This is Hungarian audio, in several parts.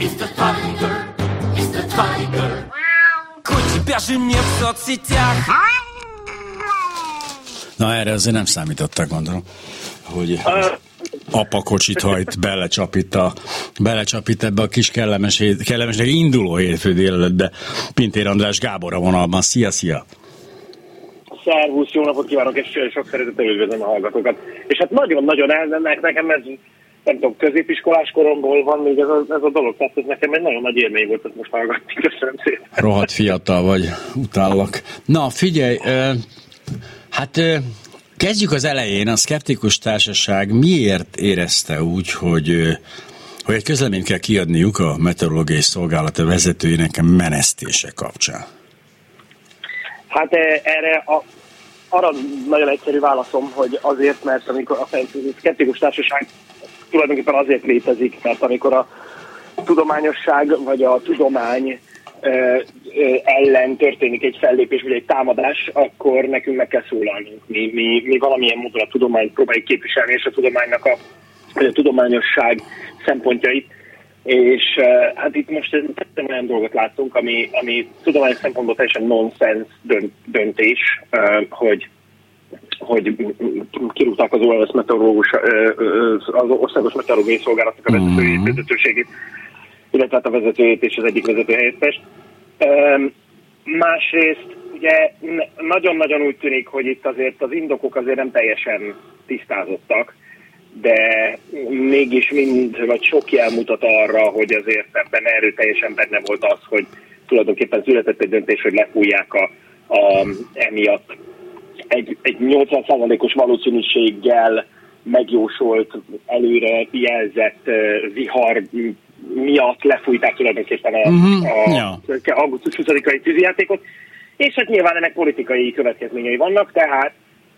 Mr. Tiger, Mr. Tiger. Тебя же нет в соцсетях. Na erre azért nem számítottak, gondolom, hogy apakocsit hajt, belecsapít ebbe a kis kellemesnek induló hétfő délelőttbe. Pintér András Gábor a vonalban. Szia! Szervusz, jó napot kívánok, és sok szeretettel üdvözlöm a hallgatókat. És hát nagyon-nagyon nekem ez, nem tudom, középiskolás koromból van még ez a dolog, tehát ez nekem egy nagyon nagy élmény volt, ezt most hallgatni. Köszönöm szépen. Rohadt fiatal vagy, utállak. Na, figyelj, kezdjük az elején. A Szkeptikus Társaság miért érezte úgy, hogy egy közleményt kell kiadniuk a meteorológiai szolgálat vezetőjének menesztése kapcsán? Hát arra nagyon egyszerű válaszom, hogy azért, mert amikor a Szkeptikus Társaság tulajdonképpen azért létezik, mert amikor a tudományosság vagy a tudomány ellen történik egy fellépés vagy egy támadás, akkor nekünk meg kell szólalnunk. Mi valamilyen módon a tudományt próbáljuk képviselni, és a tudománynak a tudományosság szempontjait. És hát itt most olyan dolgot láttunk, ami tudományos szempontból teljesen nonsens döntés, hogy kirúgták az OLS az Országos Meteorológiai Szolgálatnak a vezetőségét, illetve a vezetőjét és az egyik vezető helyettest. Másrészt ugye nagyon-nagyon úgy tűnik, hogy itt azért az indokok azért nem teljesen tisztázottak, de mégis vagy sok jel mutat arra, hogy azért ebben erőteljesen benne volt az, hogy tulajdonképpen született egy döntés, hogy lefújják emiatt egy 80%-os valószínűséggel megjósolt, előre jelzett vihar miatt lefújták tulajdonképpen augusztus 20-ai tűzijátékot, és hát nyilván ennek politikai következményei vannak, tehát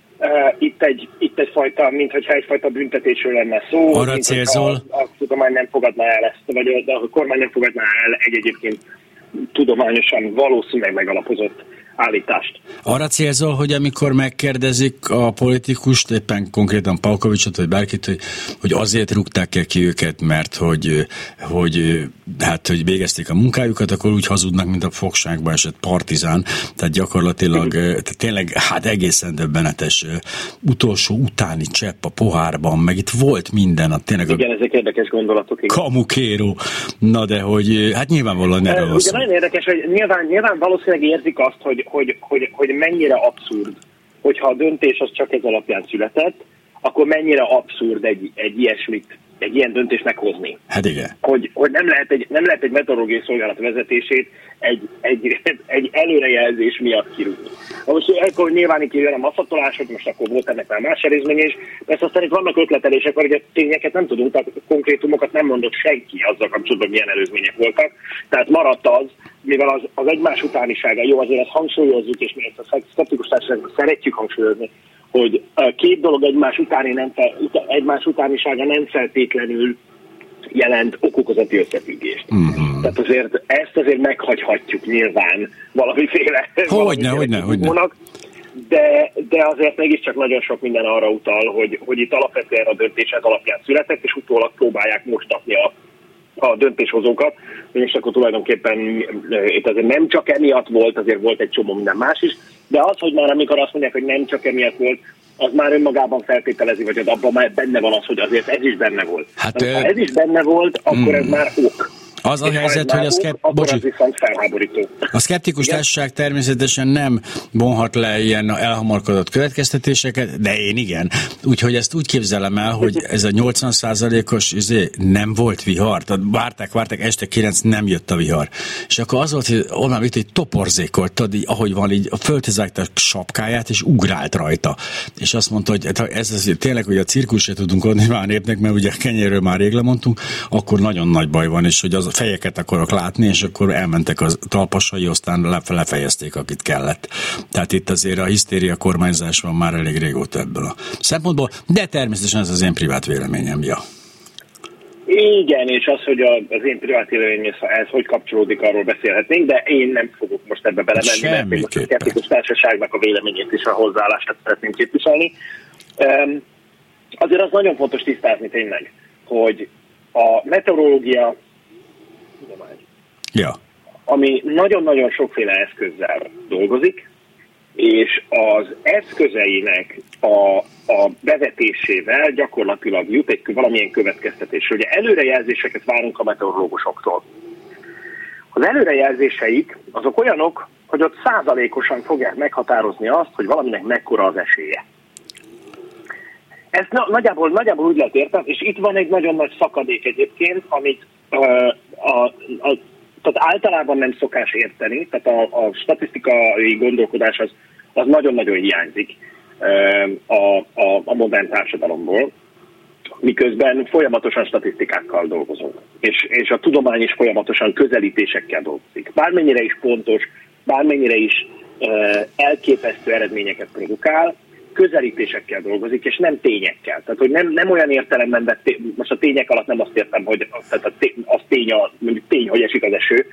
itt egyfajta, mintha egyfajta büntetésről lenne szó, arra célzol, a tudomány nem fogadná el ezt, vagy a kormány nem fogadná el egy egyébként tudományosan valószínűleg megalapozott állítást. Arra célzol, hogy amikor megkérdezik a politikust, éppen konkrétan Paukovicsot, vagy bárkit, hogy azért rúgták el ki őket, mert hogy végezték a munkájukat, akkor úgy hazudnak, mint a fogságba esett partizán. Tehát gyakorlatilag tényleg egészen döbbenetes utolsó utáni csepp a pohárban, meg itt volt minden. Igen, ezek érdekes gondolatok. Kamukéró. Na de hogy, hát nyilvánvalóan erről van szó. Ugye nagyon érdekes, hogy nyilván valószínűleg érzik azt, hogy mennyire abszurd, hogyha a döntés az csak ez alapján született, akkor mennyire abszurd egy ilyen döntést meghozni. Hát igen. Hogy nem lehet egy meteorológiai szolgálat vezetését egy előrejelzés miatt kirúgni. Most akkor nyilván itt jön a masszatolás, hogy most akkor volt ennek már más eredmény is, persze aztán itt vannak ötletelések, hogy a tényeket nem tudunk, tehát konkrétumokat nem mondott senki azzal kapcsolatban, milyen előzmények voltak. Tehát maradt az, mivel az egymás utánisága, jó, azért ezt hangsúlyozzuk, és mi ezt a Szkeptikus Társaságban szeretjük hangsúlyozni, hogy két dolog egymás utánisága nem feltétlenül jelent okokozati összefüggést. Mm-hmm. Tehát ezt azért meghagyhatjuk nyilván valamiféle Hogyne. De azért mégiscsak nagyon sok minden arra utal, hogy itt alapvetően a döntés ez alapján született, és utólag próbálják mostatni a döntéshozókat, és akkor tulajdonképpen itt azért nem csak emiatt volt, azért volt egy csomó minden más is, de az, hogy már amikor azt mondják, hogy nem csak emiatt volt, az már önmagában feltételezi, vagy abban már benne van az, hogy azért ez is benne volt. Ha ez is benne volt, akkor ez már ok. Az a helyzet, hogy a Szkeptikus Társaság természetesen nem vonhat le ilyen elhamarkodott következtetéseket, de én igen. Úgyhogy ezt úgy képzelem el, hogy ez a 80%-os nem volt vihar. Tehát várták, este 9 nem jött a vihar. És akkor az volt, hogy onnan vitt, hogy toporzékolt, így, ahogy van, így föltezágta a sapkáját, és ugrált rajta. És azt mondta, hogy ez azért tényleg, hogy a cirkusz se tudunk adni már népnek, mert ugye kenyérről már rég lemondtunk, akkor nagyon nagy baj van, és hogy az fejeket akarok látni, és akkor elmentek a talpasai, aztán lefejezték, akit kellett. Tehát itt azért a hisztéria kormányzás van már elég régóta ebből a szempontból, de természetesen ez az én privát véleményem, ja. Igen, és az, hogy az én privát véleményem ez hogy kapcsolódik, arról beszélhetnénk, de én nem fogok most ebbe belemenni, mert most a Szkeptikus Társaságnak a véleményét és a hozzáállását szeretném képviselni. Azért az nagyon fontos tisztázni tényleg, hogy a meteorológia tudomány. Ja. Ami nagyon-nagyon sokféle eszközzel dolgozik, és az eszközeinek a bevetésével gyakorlatilag jut egy valamilyen következtetés. Ugye előrejelzéseket várunk a meteorológusoktól. Az előrejelzéseik azok olyanok, hogy ott százalékosan fogják meghatározni azt, hogy valaminek mekkora az esélye. Ezt nagyjából úgy lehet érteni, és itt van egy nagyon nagy szakadék egyébként, amit tehát általában nem szokás érteni, tehát a statisztikai gondolkodás az nagyon-nagyon hiányzik a modern társadalomból, miközben folyamatosan statisztikákkal dolgozunk, és a tudomány is folyamatosan közelítésekkel dolgozik. Bármennyire is pontos, bármennyire is elképesztő eredményeket produkál, közelítésekkel dolgozik, és nem tényekkel. Tehát, hogy nem olyan értelemben, most a tények alatt nem azt értem, hogy az tény, hogy esik az eső,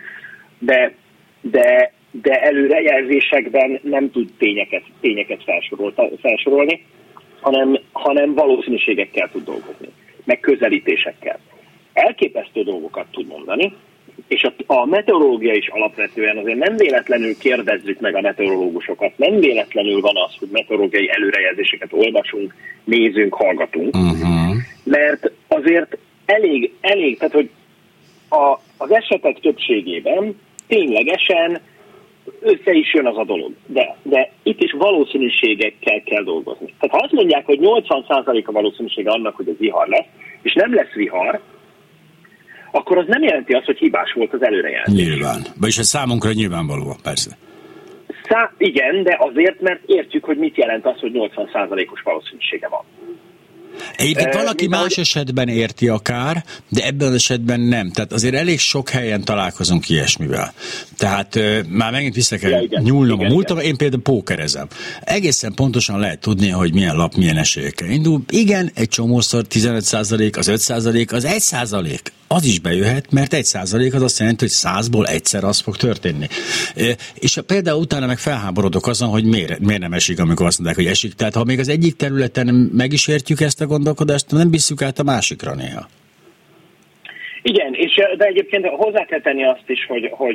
de előrejelzésekben nem tud tényeket felsorolni, hanem valószínűségekkel tud dolgozni, meg közelítésekkel. Elképesztő dolgokat tud mondani, és a meteorológia is alapvetően azért nem véletlenül kérdezzük meg a meteorológusokat, nem véletlenül van az, hogy meteorológiai előrejelzéseket olvasunk, nézünk, hallgatunk, mert azért elég, tehát hogy az esetek többségében ténylegesen össze is jön az a dolog, de itt is valószínűségekkel kell dolgozni. Tehát ha azt mondják, hogy 80% a valószínűsége annak, hogy ez vihar lesz, és nem lesz vihar, akkor az nem jelenti azt, hogy hibás volt az előrejelzés. Nyilván. Vagyis ez számunkra nyilvánvaló, persze. Igen, de azért, mert értjük, hogy mit jelent az, hogy 80%-os valószínűsége van. Egyébként valaki más esetben érti akár, de ebben az esetben nem. Tehát azért elég sok helyen találkozunk ilyesmivel. Tehát már megint vissza kell nyúlnom a múltra, én például pókerezem. Egészen pontosan lehet tudni, hogy milyen lap, milyen esélyekkel indul. Igen, egy csomószor 15%, az 5%, az 1%. Az is bejöhet, mert 1% az azt jelenti, hogy 100-ból egyszer az fog történni. És például utána meg felháborodok azon, hogy miért nem esik, amikor azt mondják, hogy esik. Tehát ha még az egyik területen meg is értjük ezt a gondolkodást, nem visszük át a másikra néha. Igen, de egyébként hozzá kell tenni azt is, hogy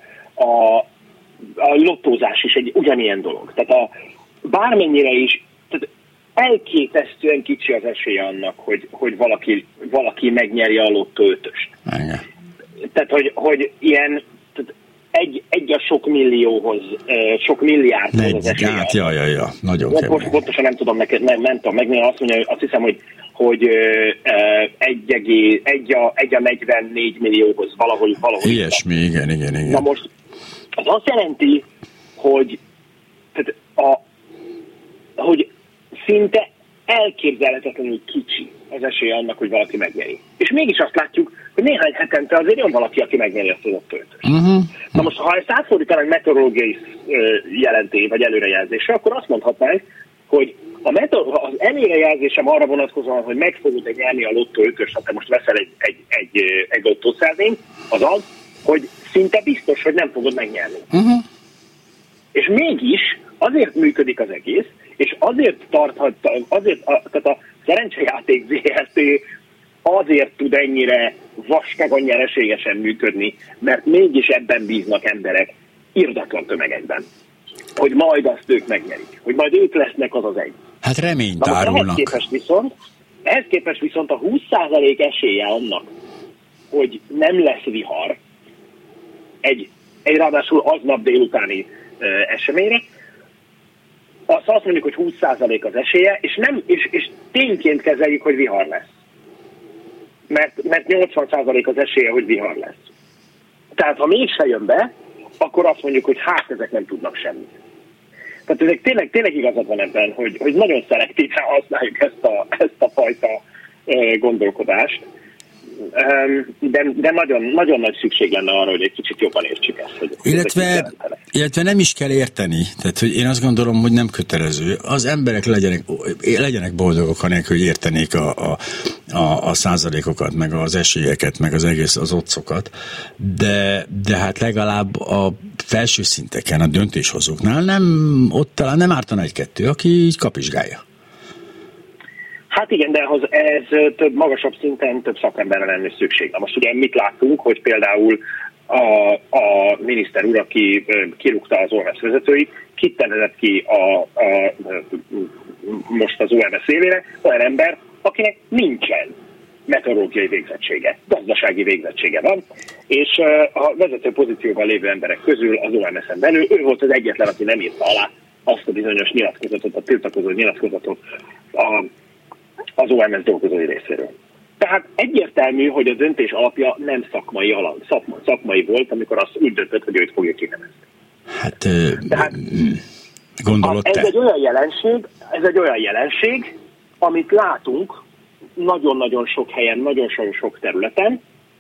a lottózás is egy ugyanilyen dolog. Tehát bármennyire is, tehát elképesztően kicsi az esélye annak, hogy valaki megnyerje a lottó ötöst. Tehát, hogy ilyen egy a sok millióhoz, sok milliárdhoz az esélye. Hát, ja, nagyon kemény. Pontosan nem tudom nem tudom megnézni, azt mondja, azt hiszem, hogy 1,44 millióhoz valahogy. Ilyesmi, igen. Na most, az azt jelenti, hogy szinte elképzelhetetlenül kicsi az esélye annak, hogy valaki megnyeri. És mégis azt látjuk, hogy néhány hetente azért jön valaki, aki megnyeri azt az ötöst. Na most, ha ezt átfordítanak meteorológiai jelenté, vagy előrejelzésre, akkor azt mondhatnánk, hogy az előrejelzésem arra vonatkozóan, hogy meg fogod nyerni a lottó ötöst, ha te most veszel egy lottószerzényt, az az, hogy szinte biztos, hogy nem fogod megnyerni. És mégis azért működik az egész, és azért tehát a szerencsejáték ZRT azért tud ennyire vastagon nyereségesen működni, mert mégis ebben bíznak emberek irdatlan tömegekben, hogy majd azt ők megnyerik, hogy majd ők lesznek az egy. Hát reményt árulnak. Ehhez képest viszont a 20% esélye annak, hogy nem lesz vihar egy ráadásul aznap délutáni eseményre, azt mondjuk, hogy 20% az esélye, és tényként kezeljük, hogy vihar lesz. Mert 80% az esélye, hogy vihar lesz. Tehát ha mégse jön be, akkor azt mondjuk, hogy hát ezek nem tudnak semmit. Tehát ezek tényleg igazad van ebben, hogy nagyon szelektíven használjuk ezt a fajta gondolkodást. De nagyon nagy szükség lenne arra, hogy egy kicsit jobban értsük ezt. Hogy illetve nem is kell érteni. Tehát, hogy én azt gondolom, hogy nem kötelező. Az emberek legyenek boldogok, anélkül, hogy értenék a százalékokat, meg az esélyeket, meg az egész az otcokat. De hát legalább a felső szinteken, a döntéshozóknál ott talán nem ártana egy-kettő, aki így kapizsgálja. Hát igen, de ez több magasabb szinten több szakemberre lenne szükség. Na most ugye mit láttunk, hogy például a miniszter úr, aki kirúgta az OMS vezetőit, kitenedett ki most az OMS évére olyan ember, akinek nincsen meteorológiai végzettsége, gazdasági végzettsége van, és a vezető pozícióban lévő emberek közül az OMS-en belül ő volt az egyetlen, aki nem írta alá azt a bizonyos nyilatkozatot, a tiltakozó nyilatkozatot az OMS dolgozói részéről. Tehát egyértelmű, hogy a döntés alapja nem szakmai volt, amikor azt úgy döntött, hogy őt fogja kinevezni. Hát gondolod ez egy olyan jelenség, amit látunk nagyon-nagyon sok helyen, nagyon sok területen,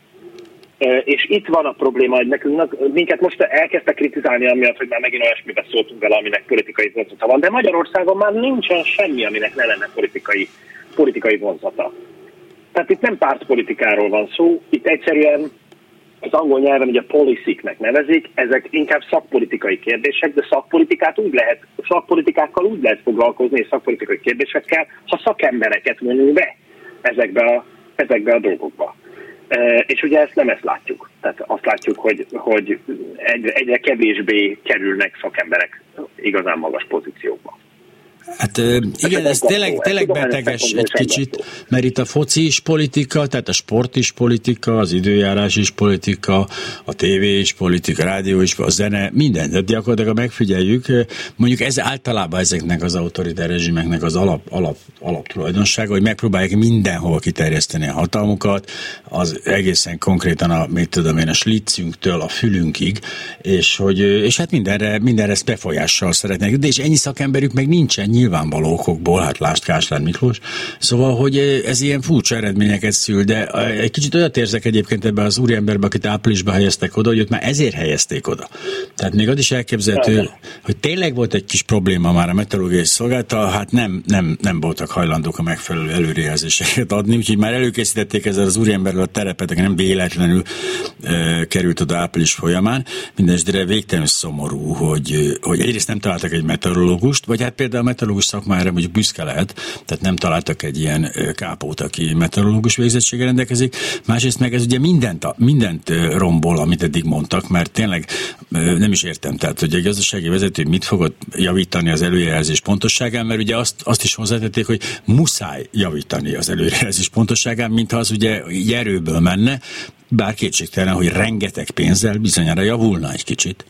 és itt van a probléma, hogy minket most elkezdtek kritizálni amiatt, hogy már megint olyasmibe szóltunk vele, aminek politikai vonzata van, de Magyarországon már nincsen semmi, aminek ne lenne politikai vonzata. Tehát itt nem pártpolitikáról van szó, itt egyszerűen az angol nyelven ugye policy-nek nevezik, ezek inkább szakpolitikai kérdések, de szakpolitikákkal úgy lehet foglalkozni, és szakpolitikai kérdésekkel, ha szakembereket vonunk be ezekbe a dolgokba. És ugye ezt látjuk. Tehát azt látjuk, hogy egyre kevésbé kerülnek szakemberek igazán magas pozíciókba. Hát igen, ez tényleg beteges egy kicsit, mert itt a foci is politika, tehát a sport is politika, az időjárás is politika, a tévé is politika, a rádió is, a zene, minden. De gyakorlatilag megfigyeljük, mondjuk ez általában ezeknek az autoritár rezsimeknek az alaptulajdonsága, hogy megpróbálják mindenhol kiterjeszteni a hatalmukat, az egészen konkrétan a slitzünktől a fülünkig, és hát mindenre ezt befolyással szeretnek. De és ennyi szakemberük meg nincsen nyilvánvaló okokból, hát lásd Kásler Miklós. Szóval, hogy ez ilyen furcsa eredményeket szül, de egy kicsit olyat érzek egyébként ebbe az úriemberbe, akit áprilisban helyeztek oda, hogy őt már ezért helyezték oda. Tehát még az is elképzelhető, hogy tényleg volt egy kis probléma már a meteorológiai szolgálattal, hát nem voltak hajlandók a megfelelő előrejelzéseket adni, úgyhogy már előkészítették ezzel az úriemberrel a terepet, aki nem véletlenül került oda április folyamán. Mindenesetre végtelenül szomorú, hogy egyrészt nem találtak egy meteorológust, vagy hát például a meteorológus szakmára mondjuk büszke lehet, tehát nem találtak egy ilyen kápót, aki meteorológus végzettséggel rendelkezik. Másrészt meg ez ugye mindent rombol, amit eddig mondtak, mert tényleg nem is értem, tehát hogy egy gazdasági vezető mit fogod javítani az előrejelzés pontosságán, mert ugye azt is hozzátették, hogy muszáj javítani az előrejelzés pontosságán, mintha az ugye erőből menne, bár kétségtelen, hogy rengeteg pénzzel bizonyára javulna egy kicsit.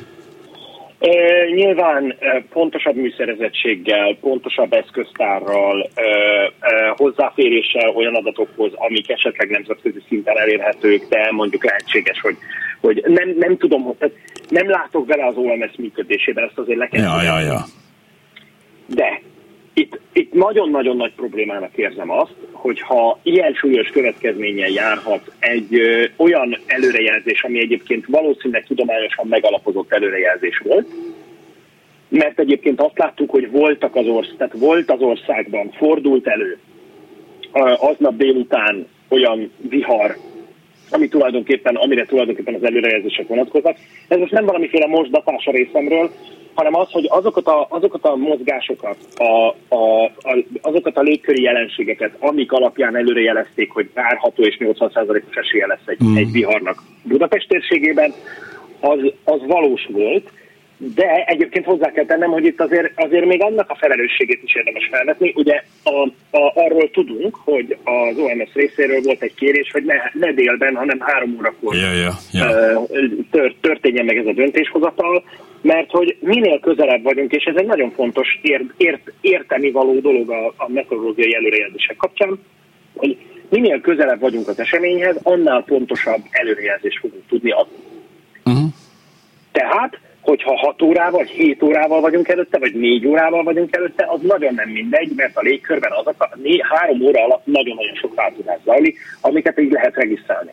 Nyilván pontosabb műszerezettséggel, pontosabb eszköztárral, hozzáféréssel olyan adatokhoz, amik esetleg nemzetközi szinten elérhetők, de mondjuk lehetséges, hogy nem tudom, nem látok bele az OMS működésében, ezt azért le kell. Ja. De itt nagyon-nagyon nagy problémának érzem azt, hogyha ilyen súlyos következménnyel járhat egy olyan előrejelzés, ami egyébként valószínűleg tudományosan megalapozott előrejelzés volt, mert egyébként azt láttuk, hogy volt az országban, fordult elő aznap délután olyan vihar, amire tulajdonképpen az előrejelzések vonatkoznak. Ez most nem valamiféle mosdatás a részemről, hanem az, hogy azokat a mozgásokat, azokat a légköri jelenségeket, amik alapján előrejelezték, hogy várható és 80%-os esélye lesz egy viharnak Budapest térségében, az valós volt, de egyébként hozzá kell tennem, hogy itt azért még annak a felelősségét is érdemes felvetni. Ugye arról tudunk, hogy az OMS részéről volt egy kérés, hogy ne délben, hanem 3 órakor történjen meg ez a döntéshozatal, mert hogy minél közelebb vagyunk, és ez egy nagyon fontos érteni való dolog a meteorológiai előrejelzések kapcsán, hogy minél közelebb vagyunk az eseményhez, annál pontosabb előrejelzést fogunk tudni adni. Tehát, hogyha 6 órával, 7 órával vagyunk előtte, vagy 4 órával vagyunk előtte, az nagyon nem mindegy, mert a légkörben 3 óra alatt nagyon-nagyon sok változás zajlik, amiket így lehet regisztrálni.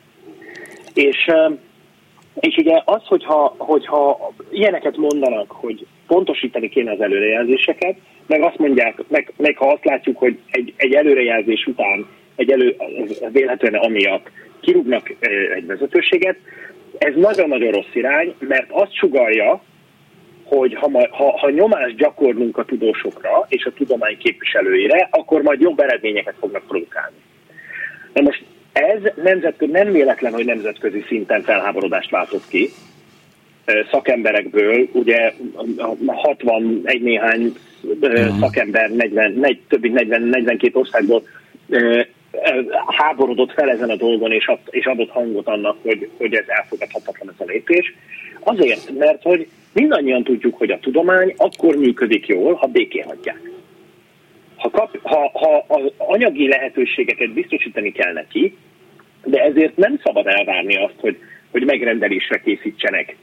És ugye az, hogyha ilyeneket mondanak, hogy pontosítani kéne az előrejelzéseket, meg azt mondják, meg ha azt látjuk, hogy egy előrejelzés után véletlenül amiatt kirúgnak egy vezetőséget, ez nagyon-nagyon rossz irány, mert azt sugallja, hogy ha nyomást gyakorlunk a tudósokra és a tudomány képviselőire, akkor majd jobb eredményeket fognak produkálni. Na most ez nem véletlen, hogy nemzetközi szinten felháborodást váltott ki. Szakemberekből, ugye 61 néhány szakember, több mint 42 országból háborodott fel ezen a dolgon, és adott hangot annak, hogy ez elfogadhatatlan ez a lépés. Azért, mert hogy mindannyian tudjuk, hogy a tudomány akkor működik jól, ha békén hagyják. Ha az anyagi lehetőségeket biztosítani kell neki, de ezért nem szabad elvárni azt, hogy megrendelésre készítsenek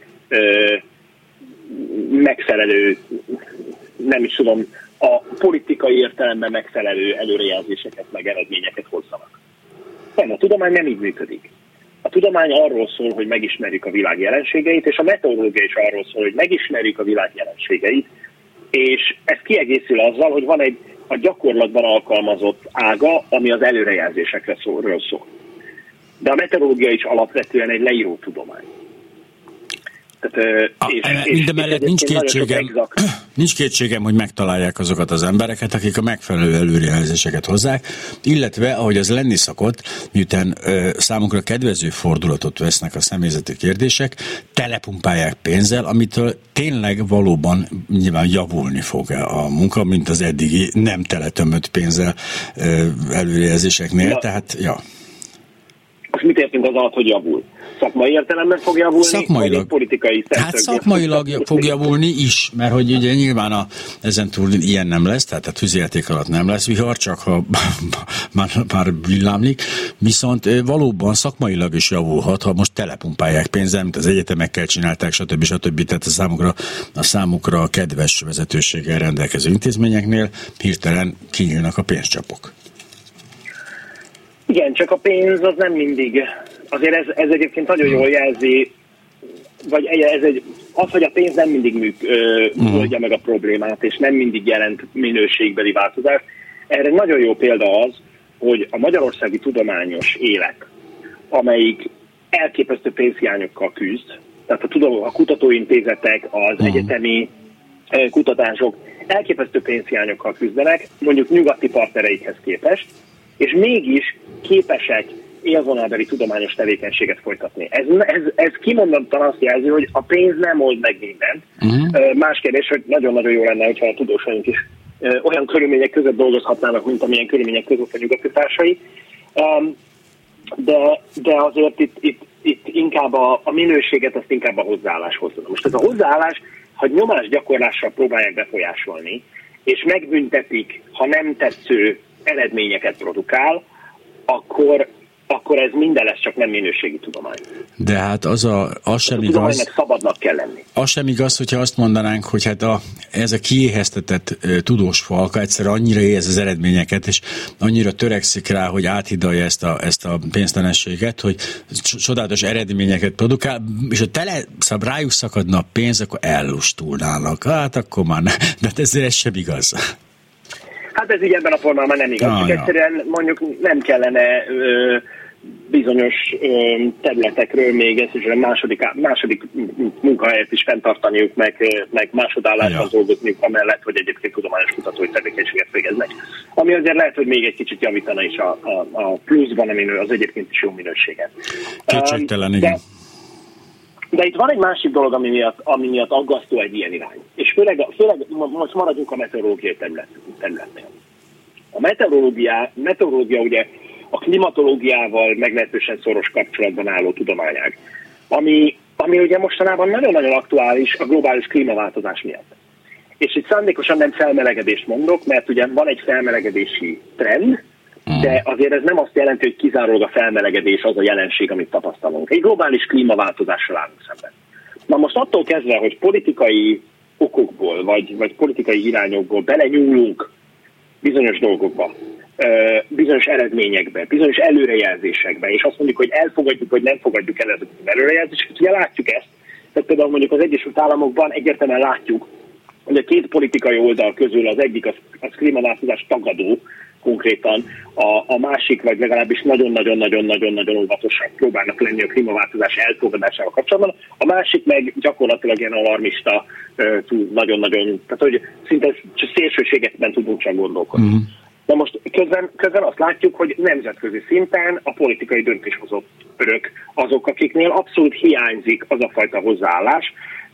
megfelelő, nem is tudom, a politikai értelemben megfelelő előrejelzéseket, meg eredményeket hozzanak. Nem, a tudomány nem így működik. A tudomány arról szól, hogy megismerjük a világ jelenségeit, és a meteorológia is arról szól, hogy megismerjük a világ jelenségeit, és ez kiegészül azzal, hogy van egy a gyakorlatban alkalmazott ága, ami az előrejelzésekre szól. De a meteorológia is alapvetően egy leíró tudomány. Mindemellett nincs kétségem, hogy megtalálják azokat az embereket, akik a megfelelő előrejelzéseket hozzák, illetve, ahogy az lenni szokott, miután számukra kedvező fordulatot vesznek a személyzeti kérdések, telepumpálják pénzzel, amitől tényleg valóban nyilván javulni fog a munka, mint az eddigi nem teletömött pénzzel előrejelzéseknél, tehát, ja. Most mit értünk az alatt, hogy javul? Szakmai értelemben fog javulni, szakmailag, politikai hát szakmailag fog javulni is, mert hogy ugye nyilván ezentúl ilyen nem lesz, tehát a tűzjáték alatt nem lesz vihar, csak ha már villámlik, viszont valóban szakmailag is javulhat, ha most telepumpálják pénzzel, mint az egyetemekkel csinálták, stb. Tehát a számukra kedves vezetőséggel rendelkező intézményeknél hirtelen kinyílnak a pénzcsapok. Igen, csak a pénz az nem mindig. Azért ez egyébként nagyon jól jelzi, vagy az, hogy a pénz nem mindig oldja meg a problémát, és nem mindig jelent minőségbeli változást. Erre nagyon jó példa az, hogy a magyarországi tudományos élet, amelyik elképesztő pénzhiányokkal küzd, tehát a kutatóintézetek, az egyetemi kutatások elképesztő pénzhiányokkal küzdenek, mondjuk nyugati partnereikhez képest, és mégis képesek élvonalbeli tudományos tevékenységet folytatni. Ez kimondottan azt jelzi, hogy a pénz nem old meg mindent. Más kérdés, hogy nagyon-nagyon jó lenne, hogyha a tudósaink is olyan körülmények között dolgozhatnának, mint amilyen körülmények között a nyugati társai. De azért itt inkább a minőséget, azt inkább a hozzáállás hozza. Most ez a hozzáállás, hogy nyomásgyakorlással próbálják befolyásolni, és megbüntetik, ha nem tetsző eredményeket produkál, akkor ez minden lesz, csak nem minőségi tudomány. De hát az sem igaz. Tudománynak szabadnak kell lenni. Az sem igaz, hogyha azt mondanánk, hogy hát ez a kiéheztetett tudós falka egyszer annyira érez az eredményeket, és annyira törekszik rá, hogy áthidalja ezt a pénztelenséget, hogy csodálatos eredményeket produkál, és ha rájuk szakadna a pénz, akkor ellustulnának. Hát akkor már ne. De ez sem igaz. Hát ez így ebben a formában nem igaz. Csak egyszerűen mondjuk nem kellene bizonyos területekről még ezt második munkahelyet is fenntartaniuk, meg másodállásban dolgozniuk, amellett, hogy egyébként tudományos kutatói tevékenységet végeznek. Ami azért lehet, hogy még egy kicsit javítana is a pluszban, ami az egyébként is jó minőséget. Kétségtelen, igen. De itt van egy másik dolog, ami miatt aggasztó egy ilyen irány. És főleg most maradjunk a meteorológiai területnél. A meteorológia ugye a klimatológiával meglehetősen szoros kapcsolatban álló tudományág, ami ugye mostanában nagyon-nagyon aktuális a globális klímaváltozás miatt. És itt szándékosan nem felmelegedést mondok, mert ugye van egy felmelegedési trend, de azért ez nem azt jelenti, hogy kizárólag a felmelegedés az a jelenség, amit tapasztalunk. Egy globális klímaváltozással állunk szemben. Na most attól kezdve, hogy politikai okokból, vagy politikai irányokból belenyúlunk bizonyos dolgokba, bizonyos eredményekbe, bizonyos előrejelzésekbe, és azt mondjuk, hogy elfogadjuk, vagy nem fogadjuk el ezeket az előrejelzéseket. Ugye látjuk ezt, tehát például mondjuk az Egyesült Államokban egyértelműen látjuk, hogy a két politikai oldal közül az egyik az klímaváltozás tagadó, konkrétan, a másik, vagy legalábbis nagyon-nagyon-nagyon-nagyon óvatosan próbálnak lenni a klímaváltozás elfogadásával kapcsolatban, a másik meg gyakorlatilag ilyen alarmista, nagyon-nagyon, tehát hogy szinte szélsőségekben tudunk csak gondolkodni. Mm. Na most közben azt látjuk, hogy nemzetközi szinten a politikai döntéshozók azok, akiknél abszolút hiányzik az a fajta hozzáállás,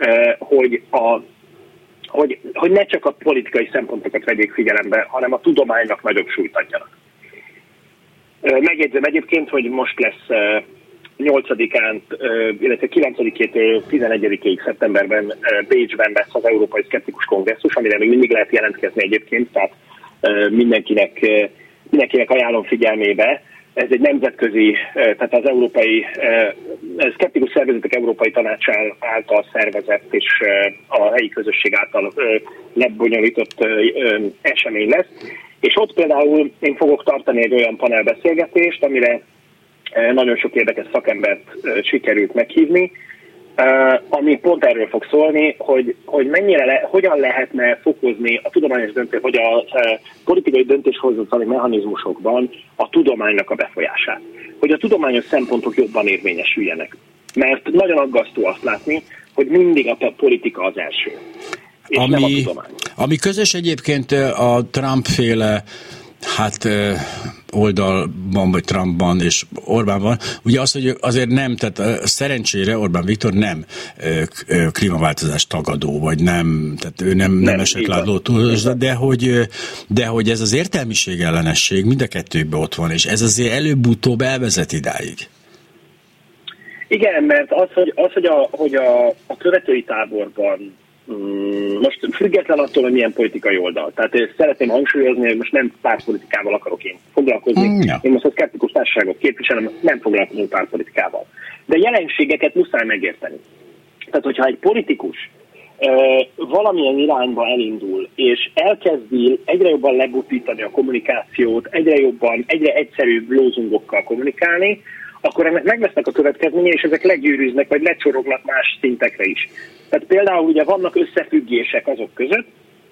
hogy ne csak a politikai szempontokat vegyék figyelembe, hanem a tudománynak nagyobb súlyt adjanak. Megjegyzem egyébként, hogy most lesz 8-án, illetve 9-től 11-ig szeptemberben Bécsben lesz az Európai Szkeptikus Kongresszus, amire még mindig lehet jelentkezni egyébként, tehát mindenkinek ajánlom figyelmébe. Ez egy nemzetközi, tehát az Európai Szkeptikus Szervezetek Európai Tanács által szervezett és a helyi közösség által lebonyolított esemény lesz. És ott például én fogok tartani egy olyan panelbeszélgetést, amire nagyon sok érdekes szakembert sikerült meghívni, ami pont erről fog szólni, hogy hogyan lehetne fokozni a tudományos döntés, vagy a politikai döntéshozatali mechanizmusokban a tudománynak a befolyását. Hogy a tudományos szempontok jobban érvényesüljenek. Mert nagyon aggasztó azt látni, hogy mindig a politika az első. És nem a tudomány. Ami közös egyébként a Trump-féle oldalban, vagy Trumpban és Orbánban, ugye az, hogy azért nem, tehát szerencsére Orbán Viktor nem klímaváltozás tagadó, vagy nem, tehát ő nem esetládló, de hogy ez az értelmiség ellenesség mind a kettőkben ott van, és ez azért előbb-utóbb elvezet idáig. Igen, mert hogy a követői táborban most független attól, hogy milyen politikai oldal. Tehát szeretném hangsúlyozni, hogy most nem pártpolitikával akarok én foglalkozni. Ja. Én most a szkeptikus társaságot képviselem, nem foglalkozunk pártpolitikával. De jelenségeket muszáj megérteni. Tehát, hogyha egy politikus valamilyen irányba elindul, és elkezdi egyre jobban lebutítani a kommunikációt, egyre egyszerűbb lózungokkal kommunikálni, akkor ennek meg lesznek a következménye, és ezek legyűrűznek, vagy lecsorognak más szintekre is. Tehát például ugye vannak összefüggések azok között,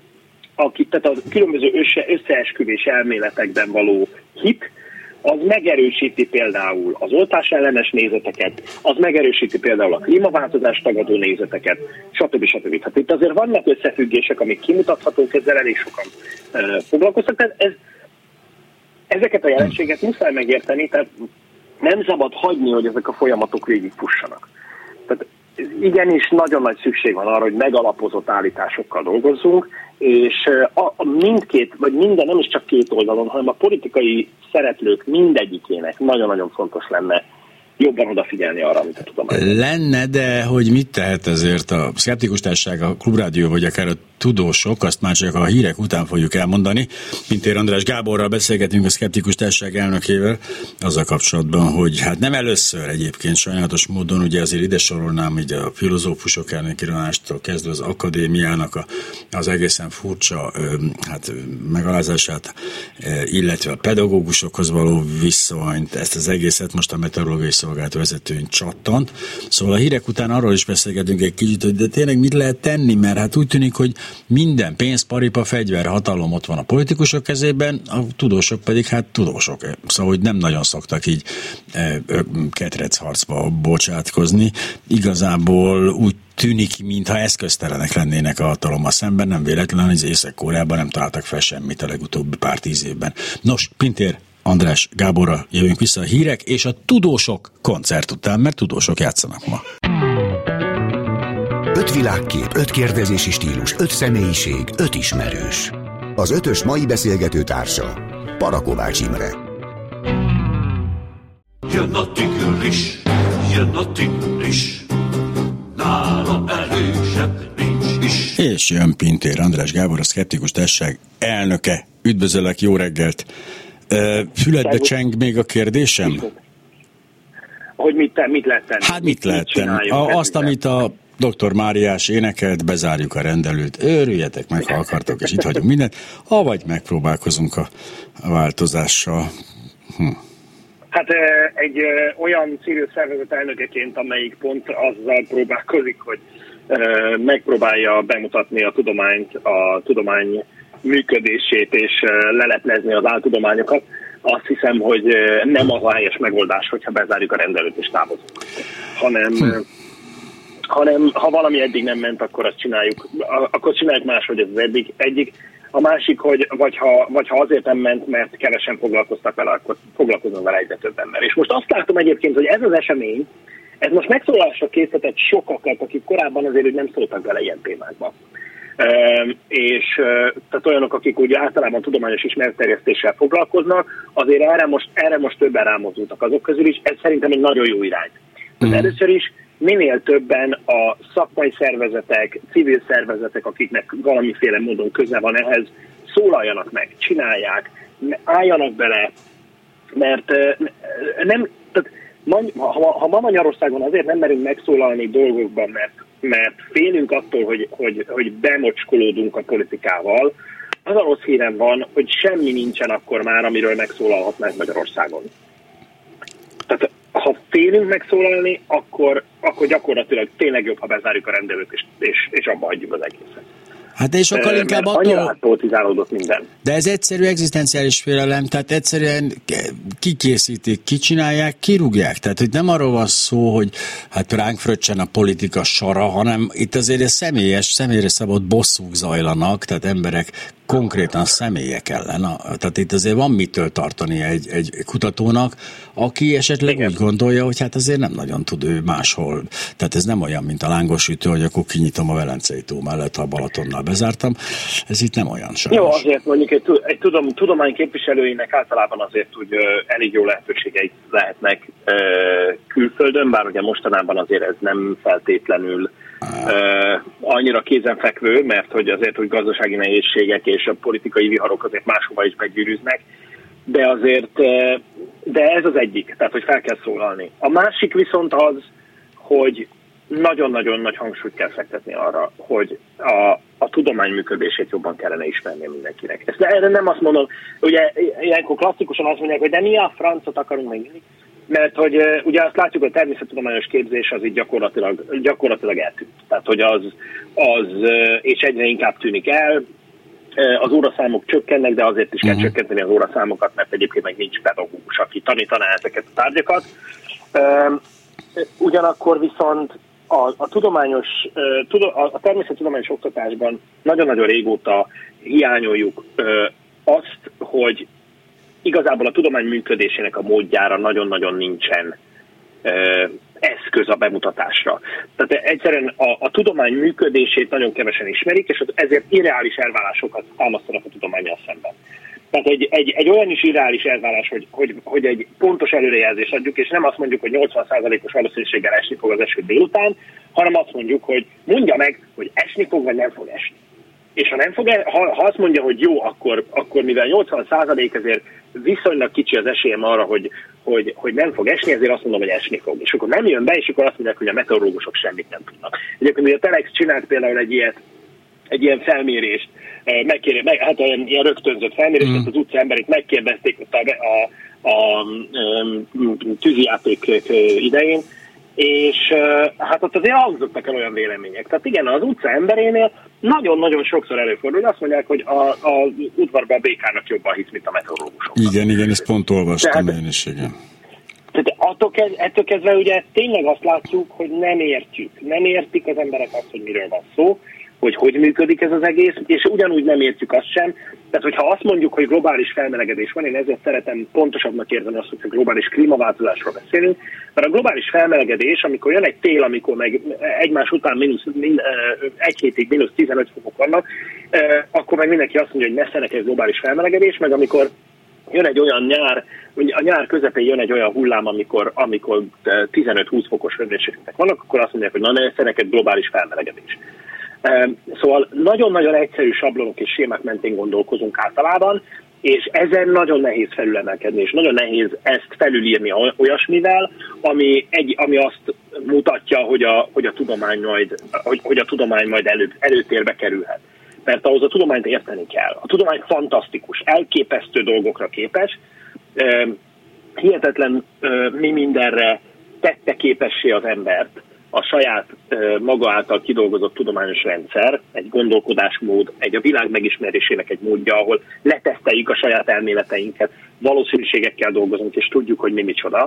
tehát a különböző összeesküvés elméletekben való hit, az megerősíti például az oltás ellenes nézeteket, az megerősíti például a klímaváltozás tagadó nézeteket, stb. Hát itt azért vannak összefüggések, amik kimutathatók, ezzel elég sokan foglalkoztak. Tehát ezeket a jelenséget muszáj megérteni, tehát nem szabad hagyni, hogy ezek a folyamatok végigfussanak. Tehát igenis nagyon nagy szükség van arra, hogy megalapozott állításokkal dolgozzunk, és mindkét, vagy minden, nem is csak két oldalon, hanem a politikai szereplők mindegyikének nagyon-nagyon fontos lenne jobban odafigyelni arra, amit a tudomány. Lenne, de hogy mit tehet ezért a Szkeptikus Társaság, a Klubrádió, vagy akár a tudósok, azt már csak a hírek után fogjuk elmondani. Pintér András Gáborral beszélgetünk, a Szkeptikus Társaság elnökével azzal kapcsolatban, hogy hát nem először egyébként sajnálatos módon, ugye azért ide sorolnám így a filozófusok elnökírástól kezdve az akadémiának az egészen furcsa megalázását, illetve a pedagógusokhoz való visszanyt, ezt az egészet most a meteorológiai szolgálat vezetőn csattant. Szóval a hírek után arról is beszélgetünk egy kicsit, hogy de tényleg mit lehet tenni, mert hát úgy tűnik, hogy minden pénz, paripa, fegyver, hatalom ott van a politikusok kezében, a tudósok pedig hát tudósok. Szóval, hogy nem nagyon szoktak így ketrecharcba bocsátkozni. Igazából úgy tűnik, mintha eszköztelenek lennének a hatalommal szemben, nem véletlen, hogy Észak-Koreában nem találtak fel semmit a legutóbbi pár 10 évben. Nos, Pintér András Gáborra jövünk vissza a hírek és a tudósok koncert után, mert tudósok játszanak ma. 5 világkép, 5 kérdezési stílus, 5 személyiség, 5 ismerős. Az Ötös mai beszélgető társa Parakovács Imre. Jön a tigris, jön a tigris, nála erősebb nincs is. És jön Pintér András Gábor, a Szkeptikus Társaság elnöke. Üdvözöllek, jó reggelt! Füledbe cseng még a kérdésem? Hogy mit lehet tenni? Hát mit lehet tenni? Azt, amit a Dr. Máriás énekelt, bezárjuk a rendelőt, örüljetek meg, ha akartok, és itt hagyunk mindent, avagy megpróbálkozunk a változással. Hát egy olyan civil szervezet elnökeként, amelyik pont azzal próbálkozik, hogy megpróbálja bemutatni a tudomány működését és leleplezni az áltudományokat, azt hiszem, hogy nem az a helyes megoldás, hogyha bezárjuk a rendelőt és távozunk. Hanem ha valami eddig nem ment, akkor azt csináljuk máshogy, ez az egyik. A másik, hogy vagy ha azért nem ment, mert kevesen foglalkoztak vele, akkor foglalkozunk vele egyre több ember. És most azt látom egyébként, hogy ez az esemény, ez most megszólalásra készített sokakat, akik korábban azért nem szóltak bele ilyen témákba. És tehát olyanok, akik ugye általában tudományos ismeretterjesztéssel foglalkoznak, azért erre most többen rámozdultak azok közül is, ez szerintem egy nagyon jó irány. Először is minél többen a szakmai szervezetek, civil szervezetek, akiknek valamiféle módon köze van ehhez, szólaljanak meg, csinálják, álljanak bele, mert nem, tehát, ha ma Magyarországon azért nem merünk megszólalni dolgokban, mert félünk attól, hogy bemocskolódunk a politikával, az a rossz hírem van, hogy semmi nincsen akkor már, amiről megszólalhatnánk Magyarországon. Tehát ha félünk megszólalni, akkor gyakorlatilag tényleg jobb, ha bezárjuk a rendelőt, és abba hagyjuk az egészet. Hát de sokkal inkább attól... Annyira átpolitizálódott minden. De ez egyszerű egzisztenciális félelem, tehát egyszerűen kikészítik, kicsinálják, kirúgják. Tehát, hogy nem arról van szó, hogy hát ránk fröccsen a politika sara, hanem itt azért személyre szabott bosszúk zajlanak, tehát emberek konkrétan személyek ellen. Tehát itt azért van mitől tartani egy kutatónak, aki esetleg úgy gondolja, hogy hát azért nem nagyon tud ő máshol. Tehát ez nem olyan, mint a lángosütő, hogy akkor kinyitom a Velencei tó mellett, ha a Balatonnal bezártam. Ez itt nem olyan sajnos. Jó, azért mondjuk egy tudomány képviselőinek általában azért úgy elég jó lehetőségeik lehetnek külföldön, bár ugye mostanában azért ez nem feltétlenül annyira kézenfekvő, mert hogy azért úgy gazdasági nehézségek és a politikai viharok azért máshova is begyűrűznek, de ez az egyik, tehát hogy fel kell szólalni. A másik viszont az, hogy nagyon-nagyon nagy hangsúlyt kell fektetni arra, hogy a tudomány működését jobban kellene ismerni mindenkinek. Ezt erre nem azt mondom, ugye ilyenkor klasszikusan azt mondják, hogy de mi a francot akarunk még mindig, mert hogy ugye azt látjuk, hogy a természettudományos képzés az így gyakorlatilag eltűnt. Tehát, hogy az és egyre inkább tűnik el, az óraszámok csökkennek, de azért is kell csökkenteni az óraszámokat, mert egyébként meg nincs pedagógus, aki tanítaná ezeket a tárgyakat. Ugyanakkor viszont a természettudományos oktatásban nagyon-nagyon régóta hiányoljuk azt, hogy igazából a tudomány működésének a módjára nagyon-nagyon nincsen eszköz a bemutatásra. Tehát egyszerűen a tudomány működését nagyon kevesen ismerik, és ezért irreális elvárásokat támasztanak a tudománnyal szemben. Tehát egy olyan is irreális elvárás, hogy egy pontos előrejelzést adjuk, és nem azt mondjuk, hogy 80%-os valószínűséggel esni fog az eső délután, hanem azt mondjuk, hogy mondja meg, hogy esni fog, vagy nem fog esni. És ha azt mondja, hogy jó, akkor mivel 80% ezért viszonylag kicsi az esélyem arra, hogy nem fog esni, ezért azt mondom, hogy esni fog. És akkor nem jön be, és akkor azt mondják, hogy a meteorológusok semmit nem tudnak. Egyébként ugye a Telex csinált például egy ilyen felmérést, hát ilyen rögtönzött felmérést, tehát az utca emberét megkérdezték a tűzijáték idején, és hát ott azért hangzottak el olyan vélemények. Tehát igen, az utca emberénél nagyon-nagyon sokszor előfordul, hogy azt mondják, hogy az udvarban a békának jobban hisz, mint a meteorológusok. Igen, ezt pont olvastam én is, igen. Tehát ettől kezdve ugye tényleg azt látjuk, hogy nem értik az emberek azt, hogy miről van szó, hogy működik ez az egész, és ugyanúgy nem értjük azt sem. Tehát, hogyha azt mondjuk, hogy globális felmelegedés van, én ezért szeretem pontosabbnak érzeni azt, hogy globális klímaváltozásról beszélünk, mert a globális felmelegedés, amikor jön egy tél, amikor meg egymás után egy hétig mínusz 15 fokok vannak, akkor meg mindenki azt mondja, hogy messzenek egy globális felmelegedés, meg amikor jön egy olyan nyár, a nyár közepén jön egy olyan hullám, amikor 15-20 fokos hőmérsékletek vannak, akkor azt mondják, hogy na, messzenek egy globális felmelegedés. Szóval nagyon-nagyon egyszerű sablonok és sémák mentén gondolkozunk általában, és ezen nagyon nehéz felülemelkedni, és nagyon nehéz ezt felülírni olyasmivel, ami azt mutatja, hogy a tudomány majd előtérbe kerülhet. Mert ahhoz a tudományt érteni kell. A tudomány fantasztikus, elképesztő dolgokra képes, hihetetlen mi mindenre tette képessé az embert a saját maga által kidolgozott tudományos rendszer, egy gondolkodásmód, egy a világ megismerésének egy módja, ahol leteszteljük a saját elméleteinket, valószínűségekkel dolgozunk, és tudjuk, hogy mi micsoda.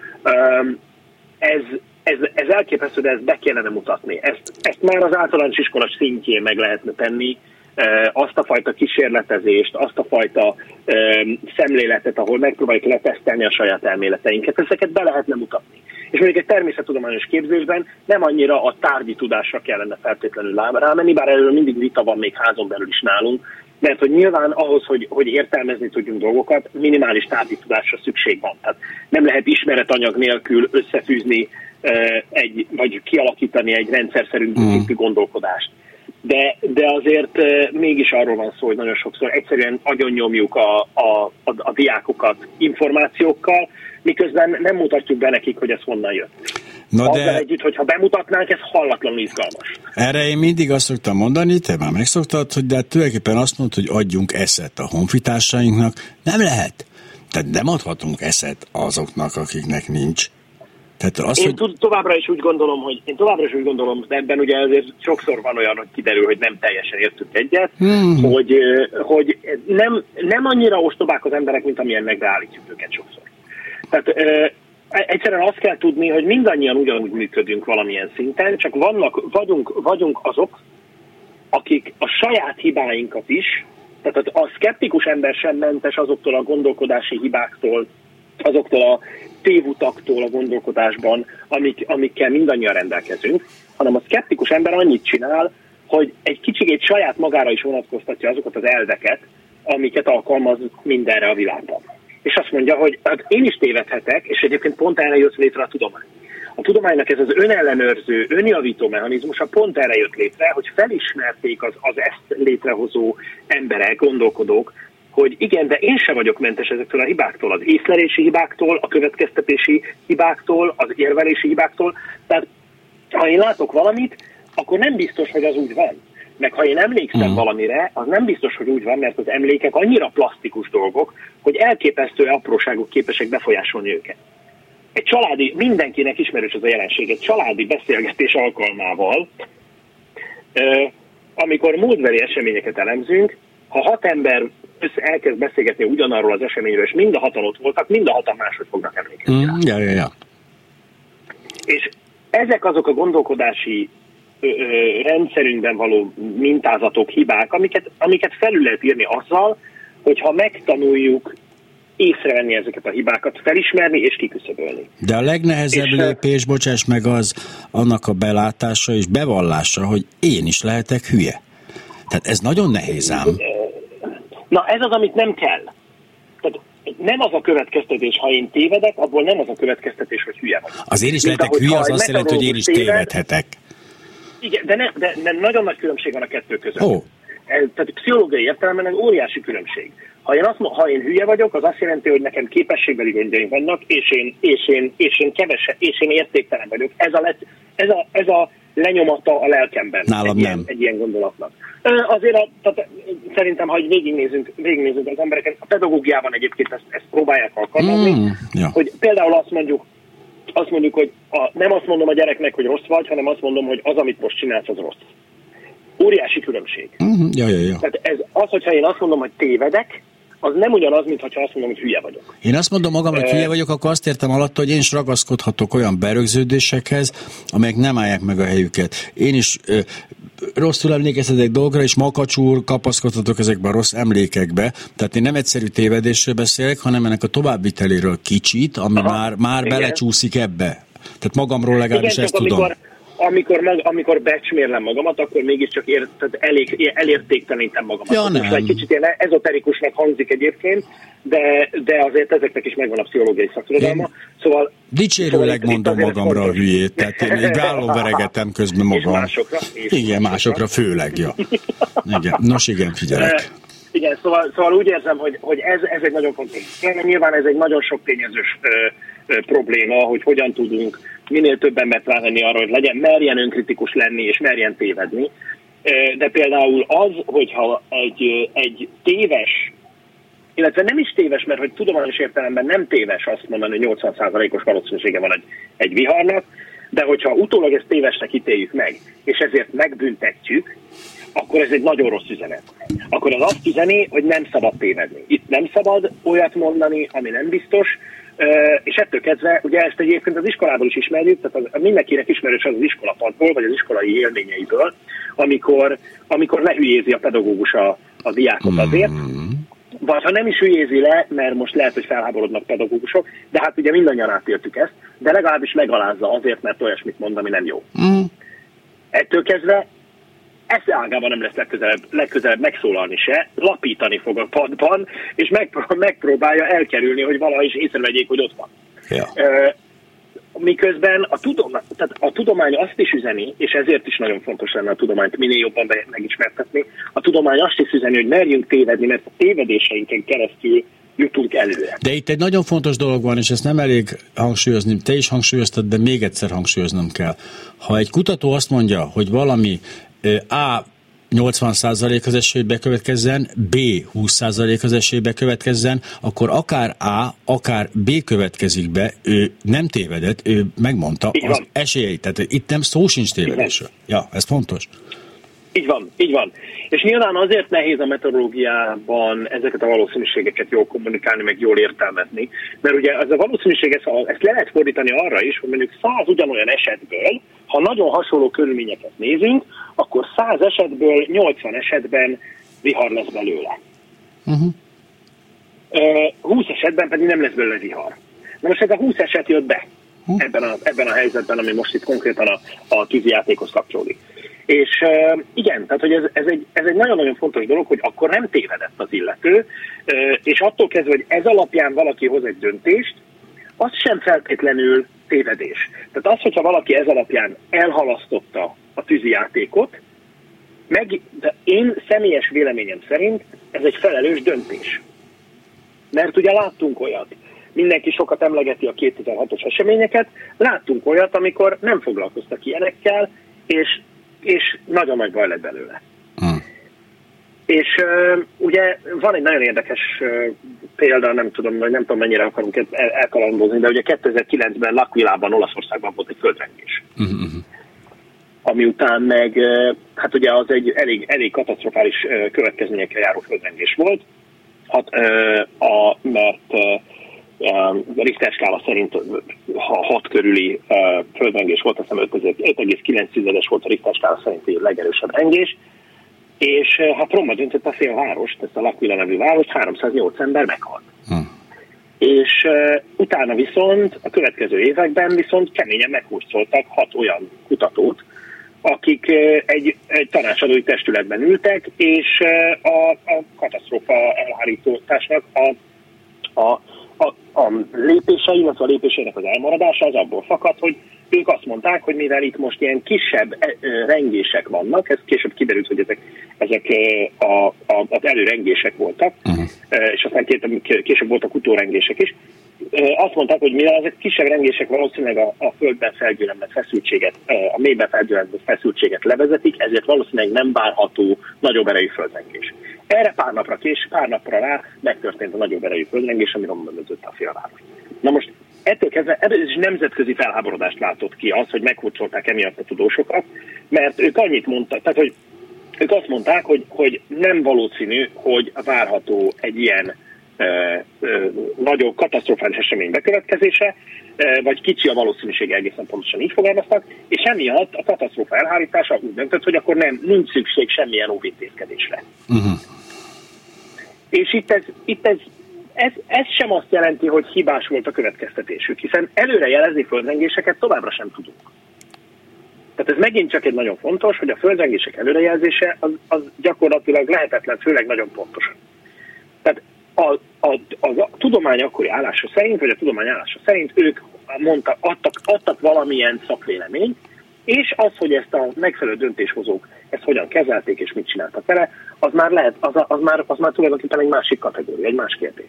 Ez elképesztő, de ezt be kellene mutatni. Ezt már az általános iskola szintjén meg lehetne tenni, azt a fajta kísérletezést, azt a fajta szemléletet, ahol megpróbáljuk letesztelni a saját elméleteinket, ezeket be lehetne mutatni. És mondjuk egy természettudományos képzésben nem annyira a tárgyi tudásra kellene feltétlenül rámenni, bár erről mindig vita van még házon belül is nálunk, mert hogy nyilván ahhoz, hogy értelmezni tudjunk dolgokat, minimális tárgyi tudásra szükség van. Tehát nem lehet ismeretanyag nélkül összefűzni vagy kialakítani egy rendszerszerű gondolkodást. De azért mégis arról van szó, hogy nagyon sokszor egyszerűen agyonnyomjuk a diákokat információkkal, miközben nem mutatjuk be nekik, hogy ez honnan jött. Azzal együtt, hogyha bemutatnánk, ez hallatlanul izgalmas. Erre én mindig azt szoktam mondani, te már megszoktad, hogy de tulajdonképpen azt mondod, hogy adjunk eszet a honfitársainknak. Nem lehet. Tehát nem adhatunk eszet azoknak, akiknek nincs. Tehát továbbra is úgy gondolom, de ebben ugye azért sokszor van olyan, hogy kiderül, hogy nem teljesen értünk egyet, hogy nem annyira ostobák az emberek, mint amilyennek beállítjuk őket sokszor. Tehát egyszerűen azt kell tudni, hogy mindannyian ugyanúgy működünk valamilyen szinten, csak vagyunk azok, akik a saját hibáinkat is, tehát a szkeptikus ember sem mentes azoktól a gondolkodási hibáktól, azoktól a tévutaktól a gondolkodásban, amikkel mindannyian rendelkezünk, hanem a szkeptikus ember annyit csinál, hogy egy kicsikét saját magára is vonatkoztatja azokat az elveket, amiket alkalmaz mindenre a világban. És azt mondja, hogy hát én is tévedhetek, és egyébként pont erre jött létre a tudomány. A tudománynak ez az önellenőrző, önjavító mechanizmusa pont erre jött létre, hogy felismerték az ezt létrehozó emberek, gondolkodók, hogy igen, de én sem vagyok mentes ezektől a hibáktól, az észlelési hibáktól, a következtetési hibáktól, az érvelési hibáktól. Tehát ha én látok valamit, akkor nem biztos, hogy az úgy van. Meg ha én emlékszem valamire, az nem biztos, hogy úgy van, mert az emlékek annyira plasztikus dolgok, hogy elképesztő apróságok képesek befolyásolni őket. Egy mindenkinek ismerős ez a jelenség, egy családi beszélgetés alkalmával, amikor múltbeli eseményeket elemzünk, ha 6 ember elkezd beszélgetni ugyanarról az eseményről, és mind a 6-an ott voltak, mind a 6-an máshogy fognak emlékezni. Ja. És ezek azok a gondolkodási rendszerünkben való mintázatok, hibák, amiket felül lehet írni azzal, hogyha megtanuljuk észrevenni ezeket a hibákat, felismerni és kiküszöbölni. De a legnehezebb lépés, bocsáss meg, az annak a belátása és bevallása, hogy én is lehetek hülye. Tehát ez nagyon nehéz ám. Na ez az, amit nem kell. Tehát nem az a következtetés, ha én tévedek, abból nem az a következtetés, hogy hülye vagyok. Az én is lehetek hülye, az azt jelenti, hogy én is tévedhetek. Igen, de nagyon nagy különbség van a kettő között. Tehát pszichológiai értelemben ez óriási különbség. Ha én hülye vagyok, az azt jelenti, hogy nekem képességbeli gondjaim vannak, és én értéktelen vagyok. Ez a lenyomata a lelkemben. Nálam nem. Egy ilyen gondolatnak. Azért tehát szerintem, ha végignézünk az embereken, a pedagógiában egyébként ezt próbálják alkalmazni, hogy például azt mondjuk, hogy nem azt mondom a gyereknek, hogy rossz vagy, hanem azt mondom, hogy az, amit most csinálsz, az rossz. Óriási különbség. Ja. Tehát hogyha én azt mondom, hogy tévedek, az nem ugyanaz, mint ha azt mondom, hogy hülye vagyok. Én azt mondom magamra, hogy hülye vagyok, akkor azt értem alatt, hogy én is ragaszkodhatok olyan berögződésekhez, amelyek nem állják meg a helyüket. Én is rosszul emlékeztetek dolgokra, és makacsul kapaszkodhatok ezekben a rossz emlékekbe. Tehát én nem egyszerű tévedésről beszélek, hanem ennek a továbbviteléről kicsit, ami már belecsúszik ebbe. Tehát magamról legalábbis ezt tudom. Amikor becsmérlem magamat, akkor mégiscsak elértéktelenítem magamat. Ja, most egy kicsit ilyen ezoterikusnak hangzik egyébként, de azért ezeknek is megvan a pszichológiai szakirodalma. Szóval dicsérőleg mondom magamra a hülyét, tehát én egy vállon veregetem közben magam. Igen, másokra főleg, ja. Igen. Nos igen, figyelek. Igen, szóval úgy érzem, hogy ez egy nagyon fontos. Nyilván ez egy nagyon sok tényezős probléma, hogy hogyan tudunk minél több embert rávenni arra, hogy merjen önkritikus lenni és merjen tévedni. De például az, hogyha egy téves, illetve nem is téves, mert hogy tudományos értelemben nem téves azt mondani, hogy 80%-os valószínűsége van egy viharnak, De hogyha utólag ezt tévesnek ítéljük meg, és ezért megbüntetjük, akkor ez egy nagyon rossz üzenet. Akkor az azt üzeni, hogy nem szabad tévedni. Itt nem szabad olyat mondani, ami nem biztos, és ettől kezdve, ugye ezt egyébként az iskolából is ismerjük, tehát mindenkinek ismerős az iskolapadból, vagy az iskolai élményeiből, amikor lehülyézi a pedagógus a diákot azért, vagy ha nem is hülyézi le, mert most lehet, hogy felháborodnak pedagógusok, de hát ugye mindannyian átéltük ezt, de legalábbis megalázza azért, mert olyasmit mond, ami nem jó. Ettől kezdve ezt ágában nem lesz legközelebb megszólalni se, lapítani fog a padban, és megpróbálja elkerülni, hogy valaha is észrevegyék, hogy ott van. Ja. Miközben a tudomány azt is üzeni, és ezért is nagyon fontos lenne a tudományt minél jobban megismertetni, a tudomány azt is üzeni, hogy merjünk tévedni, mert a tévedéseinken keresztül jutunk előre. De itt egy nagyon fontos dolog van, és ezt nem elég hangsúlyozni, te is hangsúlyoztad, de még egyszer hangsúlyoznom kell. Ha egy kutató azt mondja, hogy valami A 80% az esély bekövetkezzen, B 20% az esély bekövetkezzen, akkor akár A, akár B következik be, ő nem tévedett, ő megmondta az esélyeit. Tehát itt nem szó sincs tévedésről. Ja, ez fontos. Így van. És nyilván azért nehéz a metodológiában ezeket a valószínűségeket jól kommunikálni, meg jól értelmezni, mert ugye ez a valószínűség, ezt le lehet fordítani arra is, hogy mondjuk 100 ugyanolyan esetből, ha nagyon hasonló körülményeket nézünk, akkor 100 esetből 80 esetben vihar lesz belőle. 20 esetben pedig nem lesz belőle vihar. Na most ez a 20 eset jött be ebben a helyzetben, ami most itt konkrétan a tűzijátékhoz kapcsolódik. És igen, tehát hogy ez egy nagyon-nagyon fontos dolog, hogy akkor nem tévedett az illető, és attól kezdve, hogy ez alapján valaki hoz egy döntést, az sem feltétlenül tévedés. Tehát az, hogyha valaki ez alapján elhalasztotta a tűzijátékot, de én személyes véleményem szerint ez egy felelős döntés. Mert ugye láttunk olyat, mindenki sokat emlegeti a 2006-os eseményeket, láttunk olyat, amikor nem foglalkoztak ilyenekkel, és nagyon nagy baj lett belőle. És ugye van egy nagyon érdekes példa, nem tudom mennyire akarunk elkalandozni, de ugye 2009-ben L'Aquilában, Olaszországban volt egy földrengés. Ami után meg, hát ugye az egy elég katasztrofális következményekkel járó földrengés volt, mert Richter skála szerint 6 körüli földrengés volt, azt hiszem 5,9-es volt a Richter skála szerinti legerősebb rengés, és hát romba döntött a félvárost, ezt a L'Aquila nevű várost, 308 ember meghalt. És utána viszont a következő években viszont keményen meghurcoltak 6 olyan kutatót, akik egy tanácsadói testületben ültek, és a katasztrófa elhárításnak a lépései, illetve a lépésének az elmaradása az abból fakad, hogy ők azt mondták, hogy mivel itt most ilyen kisebb rengések vannak, ez később kiderült, hogy ezek az előrengések voltak, és aztán később voltak utórengések is. Azt mondták, hogy mivel ezek kisebb rengések valószínűleg a földben felgyűlömlett feszültséget, a mélyben felgyűlömlett feszültséget levezetik, ezért valószínűleg nem várható nagyobb erejű földrengés. Erre pár napra rá megtörtént a nagyobb erejű földrengés, ami rombadöntött a félvárost. Na most ettől kezdve ebből is nemzetközi felháborodást váltott ki az, hogy meghurcolták emiatt a tudósokat, mert ők annyit mondtak, tehát hogy ők azt mondták, hogy nem valószínű, hogy várható egy ilyen nagyobb katasztrofális esemény bekövetkezése, vagy kicsi a valószínűség, egészen pontosan így fogalmaztak, és emiatt a katasztrófa elhárítása úgy döntött, hogy akkor nincs szükség semmilyen óvintézkedésre. És ez sem azt jelenti, hogy hibás volt a következtetésük, hiszen előrejelezni földrengéseket továbbra sem tudunk. Tehát ez megint csak egy nagyon fontos, hogy a földrengések előrejelzése az gyakorlatilag lehetetlen, főleg nagyon pontosan. Tehát a tudomány akkori állása szerint, vagy a tudomány állása szerint ők adtak valamilyen szakvéleményt, és az, hogy ezt a megfelelő döntéshozók ezt hogyan kezelték és mit csináltak vele, az már tulajdonképpen egy másik kategória, egy más kérdés.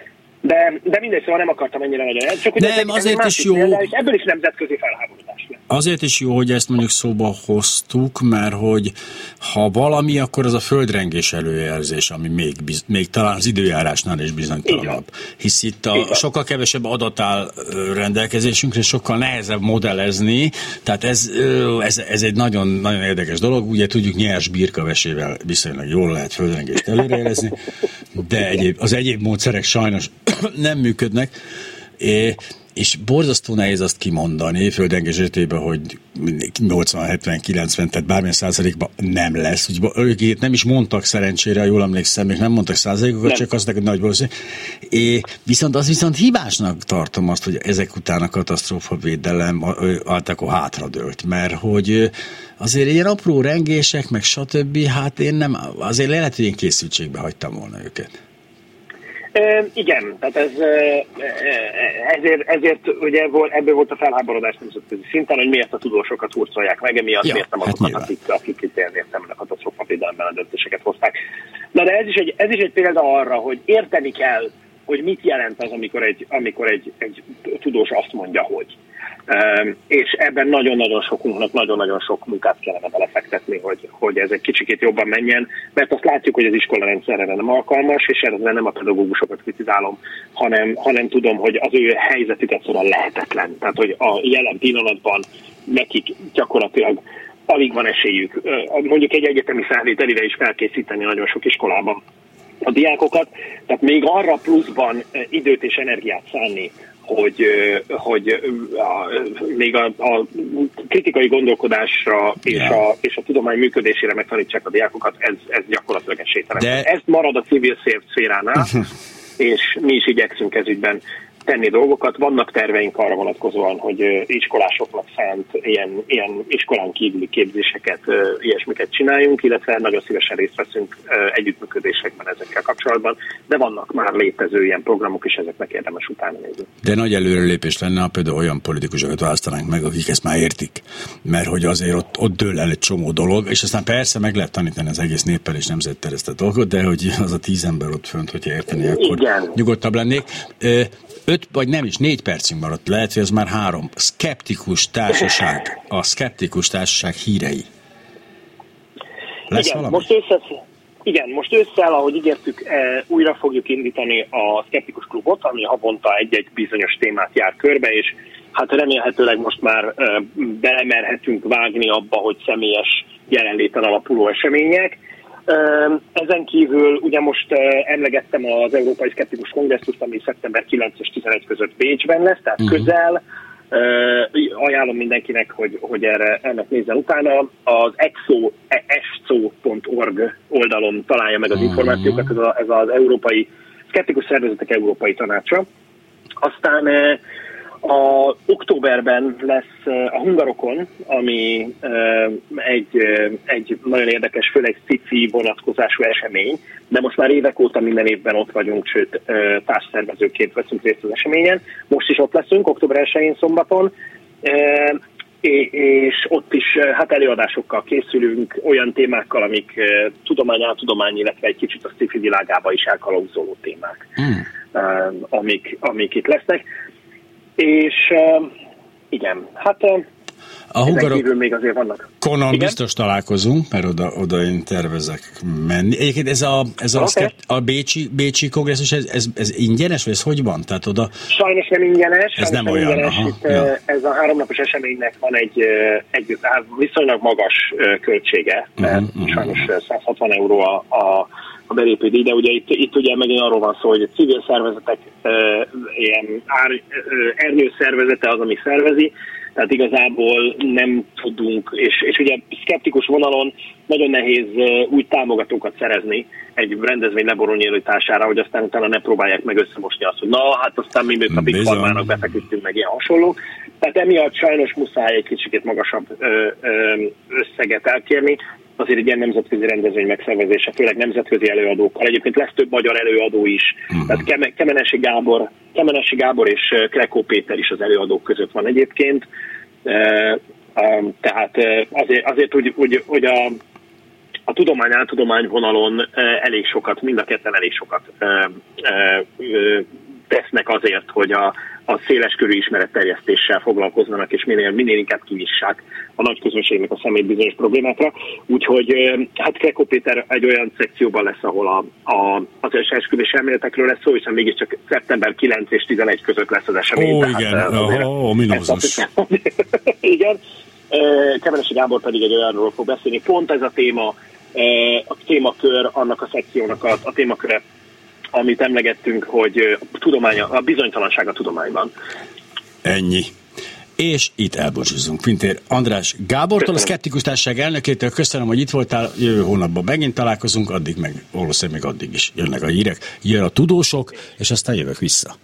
De mindegy, szóval nem akartam ennyire nagyon el, csak hogy nem, azért is jó. Példa, és ebből is nemzetközi felháborodás lett. azért is jó, hogy ezt mondjuk szóba hoztuk, mert hogy ha valami, akkor az a földrengés előjelzés, ami még talán az időjárásnál is bizonytalanabb. Hisz itt sokkal kevesebb adat áll rendelkezésünkre, sokkal nehezebb modellezni, tehát ez egy nagyon, nagyon érdekes dolog. Ugye tudjuk, nyers birkavesével viszonylag jól lehet földrengést előrejelezni, de az egyéb módszerek sajnos nem működnek, és borzasztó nehéz azt kimondani földrengés esetében, hogy 80, 70, 90, tehát bármilyen százalékban nem lesz. Ők nem is mondtak szerencsére, jól emlékszem, még nem mondtak százalékokat, csak azt mondták, hogy nagy valószínűség. Viszont hibásnak tartom azt, hogy ezek után a katasztrófavédelem általában hátradőlt, mert hogy azért ilyen apró rengések, meg stb., hát én nem, azért lehet, hogy én készültségbe hagytam volna őket. Igen, tehát ezért ugye ebből volt a felháborodás nemzetközi szinten, hogy miért a tudósokat hurcolják meg, emiatt miért nem azokat, akik itt értem a katasztrófavédelemben a döntéseket hozták. Na de ez is egy példa arra, hogy érteni kell, hogy mit jelent az, amikor egy tudós azt mondja, hogy. És ebben nagyon-nagyon sok munkát kellene belefektetni, hogy ez egy kicsikét jobban menjen, mert azt látjuk, hogy az iskolarendszer erre nem alkalmas, és ezzel nem a pedagógusokat kritizálom, hanem tudom, hogy az ő helyzetük egyszerűen lehetetlen. Tehát, hogy a jelen pillanatban nekik gyakorlatilag alig van esélyük. Mondjuk egy egyetemi felvételire is felkészíteni nagyon sok iskolában a diákokat, tehát még arra pluszban időt és energiát szánni, hogy még a kritikai gondolkodásra és a tudomány működésére megtanítsák a diákokat, ez gyakorlatilag esélytelen. Ez marad a civil szféránál, és mi is igyekszünk ez ügyben tenni dolgokat. Vannak terveink arra vonatkozóan, hogy iskolásoknak szánt ilyen iskolán kívüli képzéseket, ilyesmiket csináljunk, illetve nagyon szívesen részt veszünk együttműködésekben ezekkel kapcsolatban, de vannak már létező ilyen programok, és ezeknek érdemes utána nézni. De nagy előrelépés lenne, ha például olyan politikusokat választanánk meg, akik ezt már értik, mert hogy azért ott dől el egy csomó dolog, és aztán persze meg lehet tanítani az egész néppel és nemzettel ezt a dolgot, de hogy az a 10 ember ott fönt, hogyha érteni, akkor nyugodtabb lennék. 5 vagy nem is, 4 percig maradt, lehet, hogy ez már 3. Szkeptikus társaság, a szkeptikus társaság hírei. Lesz igen, valami? Most ősszel, ahogy ígértük, újra fogjuk indítani a Szkeptikus Klubot, ami havonta egy bizonyos témát jár körbe, és hát remélhetőleg most már belemerhetünk vágni abba, hogy személyes jelenléten alapuló események. Ezen kívül ugye most emlegettem az Európai Szkeptikus Kongresszust, ami szeptember 9 és 11 között Bécsben lesz, tehát közel. Ajánlom mindenkinek, hogy ennek nézzen utána. Az exo.org oldalon találja meg az információkat, ez az Európai Szkeptikus Szervezetek Európai Tanácsa. Aztán októberben lesz a Hungarokon, ami egy nagyon érdekes, főleg sci-fi vonatkozású esemény, de most már évek óta minden évben ott vagyunk, sőt társszervezőként veszünk részt az eseményen. Most is ott leszünk, október 1-én szombaton, és ott is hát előadásokkal készülünk, olyan témákkal, amik tudomány, illetve egy kicsit a sci-fi világába is elkalauzoló témák, amik itt lesznek. És igen, hát a Hungarokon még azért vannak. Konon biztos találkozunk, mert oda én tervezek menni. Egyébként a Bécsi kongresszus, ez ingyenes, vagy ez hogy van? Tehát oda... Sajnos nem ingyenes. Ez nem olyan. Ingyenes. Ez a 3 napos eseménynek van egy viszonylag magas költsége, mert sajnos 160 euró a belépődíj, de ugye itt ugye megint arról van szó, hogy a civil szervezetek ilyen ernyőszervezete az, ami szervezi, tehát igazából nem tudunk, és ugye szkeptikus vonalon nagyon nehéz úgy támogatókat szerezni egy rendezvény lebonyolítására, hogy aztán utána ne próbálják meg összemosni azt, hogy na, hát aztán mi a Big Pharmának befeküdtünk meg ilyen hasonló. Tehát emiatt sajnos muszáj egy kicsit magasabb összeget elkérni. Azért egy ilyen nemzetközi rendezvény megszervezése, főleg nemzetközi előadókkal. Egyébként lesz több magyar előadó is. Tehát Kemenesi Gábor és Krekó Péter is az előadók között van egyébként. Tehát azért hogy a tudomány vonalon elég sokat, mind a ketten elég sokat tesznek azért, hogy a széleskörű ismeretterjesztéssel foglalkozzanak, és minél inkább kinyissák a nagy közönségnek a szemét bizonyos problémákra. Úgyhogy hát Krekó Péter egy olyan szekcióban lesz, ahol az esküvés elméletekről lesz szó, hiszen mégiscsak szeptember 9 és 11 között lesz az esemény. Ominózus. Igen. Kemenesi Gábor pedig egy olyanról fog beszélni. Pont ez a témakör, annak a szekciónak a témaköre, amit emlegettünk, hogy a bizonytalanság a tudományban. Ennyi. És itt elbúcsúzunk Pintér András Gábortól, a Szkeptikus Társaság elnökétől. Köszönöm, hogy itt voltál, jövő hónapban megint találkozunk, addig meg valószínűleg addig is jönnek a hírek, jön a tudósok, és aztán jövök vissza.